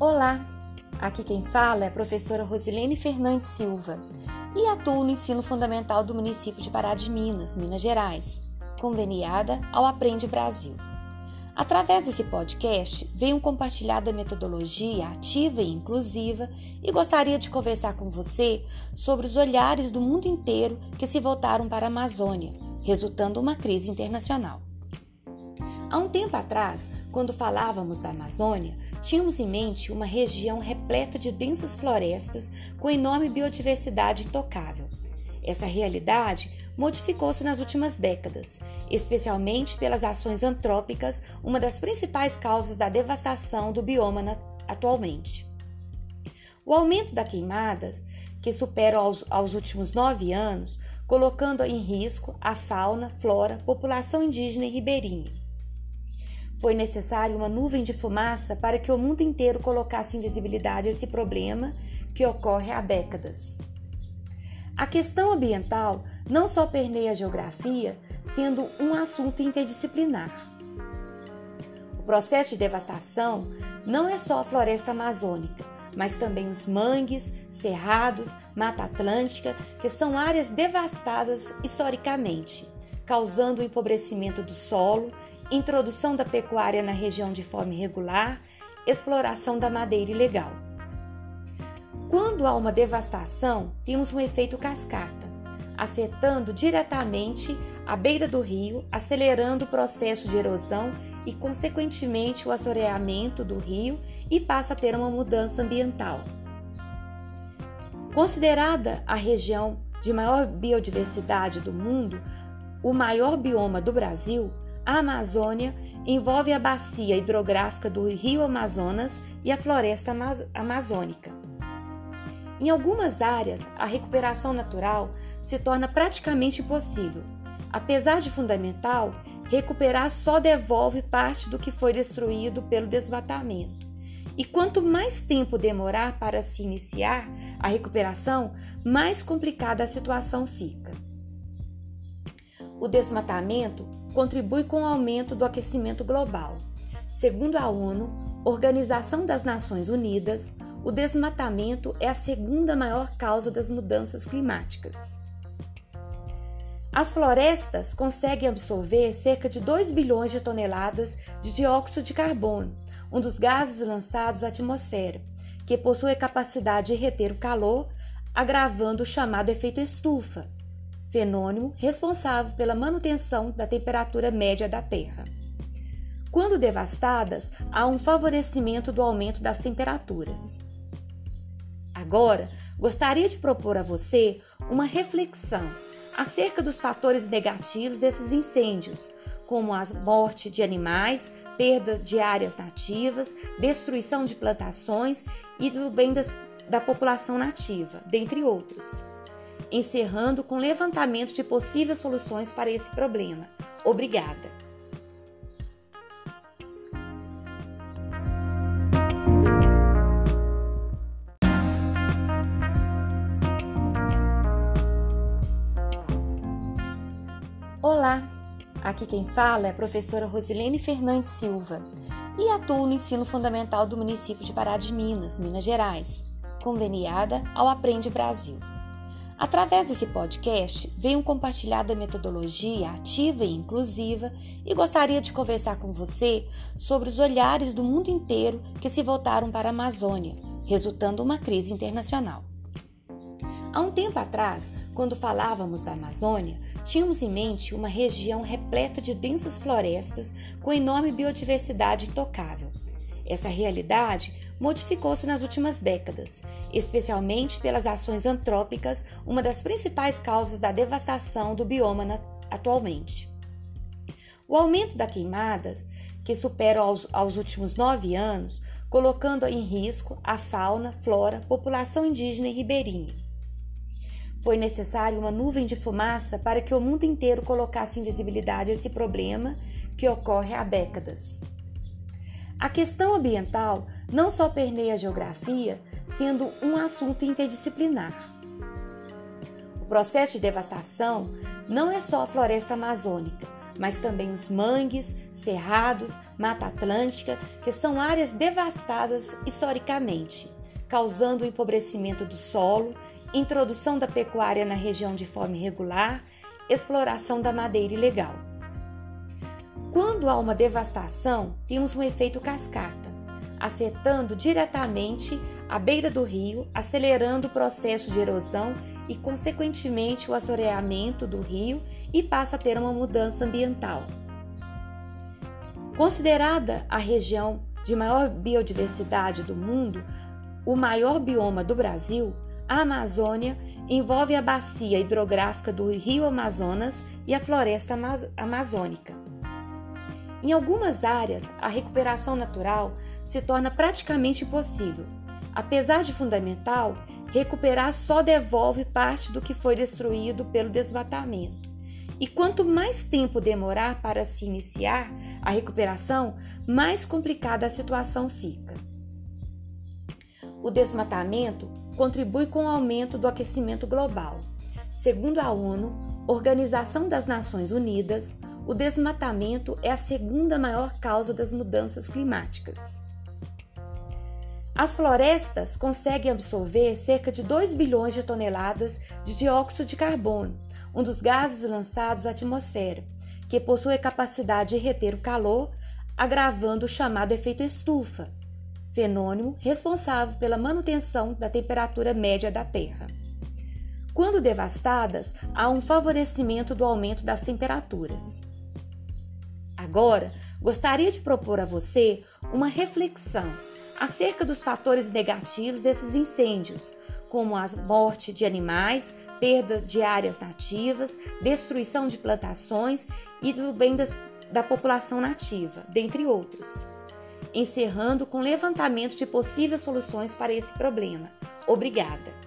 Olá, aqui quem fala é a professora Rosilene Fernandes Silva e atuo no ensino fundamental do município de Pará de Minas, Minas Gerais, conveniada ao Aprende Brasil. Através desse podcast, venho compartilhar da metodologia ativa e inclusiva e gostaria de conversar com você sobre os olhares do mundo inteiro que se voltaram para a Amazônia, resultando uma crise internacional. Há um tempo atrás, quando falávamos da Amazônia, tínhamos em mente uma região repleta de densas florestas com enorme biodiversidade intocável. Essa realidade modificou-se nas últimas décadas, especialmente pelas ações antrópicas, uma das principais causas da devastação do bioma atualmente. O aumento das queimadas, que supera aos últimos 9 anos, colocando em risco a fauna, flora, população indígena e ribeirinha. Foi necessário uma nuvem de fumaça para que o mundo inteiro colocasse em visibilidade esse problema que ocorre há décadas. A questão ambiental não só permeia a geografia, sendo um assunto interdisciplinar. O processo de devastação não é só a floresta amazônica, mas também os mangues, cerrados, Mata Atlântica, que são áreas devastadas historicamente, causando o empobrecimento do solo, introdução da pecuária na região de forma irregular, exploração da madeira ilegal. Quando há uma devastação, temos um efeito cascata, afetando diretamente a beira do rio, acelerando o processo de erosão e, consequentemente, o assoreamento do rio e passa a ter uma mudança ambiental. Considerada a região de maior biodiversidade do mundo, o maior bioma do Brasil, a Amazônia envolve a bacia hidrográfica do Rio Amazonas e a floresta amazônica. Em algumas áreas, a recuperação natural se torna praticamente impossível. Apesar de fundamental, recuperar só devolve parte do que foi destruído pelo desmatamento. E quanto mais tempo demorar para se iniciar a recuperação, mais complicada a situação fica. O desmatamento contribui com o aumento do aquecimento global. Segundo a ONU, Organização das Nações Unidas, o desmatamento é a segunda maior causa das mudanças climáticas. As florestas conseguem absorver cerca de 2 bilhões de toneladas de dióxido de carbono, um dos gases lançados à atmosfera, que possui a capacidade de reter o calor, agravando o chamado efeito estufa, fenômeno responsável pela manutenção da temperatura média da Terra. Quando devastadas, há um favorecimento do aumento das temperaturas. Agora, gostaria de propor a você uma reflexão acerca dos fatores negativos desses incêndios, como a morte de animais, perda de áreas nativas, destruição de plantações e do bem da população nativa, dentre outros. Encerrando com levantamento de possíveis soluções para esse problema. Obrigada! Olá, aqui quem fala é a professora Rosilene Fernandes Silva e atuo no ensino fundamental do município de Pará de Minas, Minas Gerais, conveniada ao Aprende Brasil. Através desse podcast, venho compartilhar da metodologia ativa e inclusiva e gostaria de conversar com você sobre os olhares do mundo inteiro que se voltaram para a Amazônia, resultando uma crise internacional. Há um tempo atrás, quando falávamos da Amazônia, tínhamos em mente uma região repleta de densas florestas com enorme biodiversidade intocável. Essa realidade modificou-se nas últimas décadas, especialmente pelas ações antrópicas, uma das principais causas da devastação do bioma atualmente. O aumento das queimadas, que supera aos últimos 9 anos, colocando em risco a fauna, flora, população indígena e ribeirinha. Foi necessário uma nuvem de fumaça para que o mundo inteiro colocasse em visibilidade esse problema que ocorre há décadas. A questão ambiental não só permeia a geografia, sendo um assunto interdisciplinar. O processo de devastação não é só a floresta amazônica, mas também os mangues, cerrados, Mata Atlântica, que são áreas devastadas historicamente, causando o empobrecimento do solo, introdução da pecuária na região de forma irregular, exploração da madeira ilegal. Quando há uma devastação, temos um efeito cascata, afetando diretamente a beira do rio, acelerando o processo de erosão e, consequentemente, o assoreamento do rio e passa a ter uma mudança ambiental. Considerada a região de maior biodiversidade do mundo, o maior bioma do Brasil, a Amazônia envolve a bacia hidrográfica do Rio Amazonas e a floresta amazônica. Em algumas áreas, a recuperação natural se torna praticamente impossível. Apesar de fundamental, recuperar só devolve parte do que foi destruído pelo desmatamento. E quanto mais tempo demorar para se iniciar a recuperação, mais complicada a situação fica. O desmatamento contribui com o aumento do aquecimento global. Segundo a ONU, Organização das Nações Unidas, o desmatamento é a segunda maior causa das mudanças climáticas. As florestas conseguem absorver cerca de 2 bilhões de toneladas de dióxido de carbono, um dos gases lançados à atmosfera, que possui a capacidade de reter o calor, agravando o chamado efeito estufa, fenômeno responsável pela manutenção da temperatura média da Terra. Quando devastadas, há um favorecimento do aumento das temperaturas. Agora, gostaria de propor a você uma reflexão acerca dos fatores negativos desses incêndios, como a morte de animais, perda de áreas nativas, destruição de plantações e do bem da população nativa, dentre outros. Encerrando com o levantamento de possíveis soluções para esse problema. Obrigada!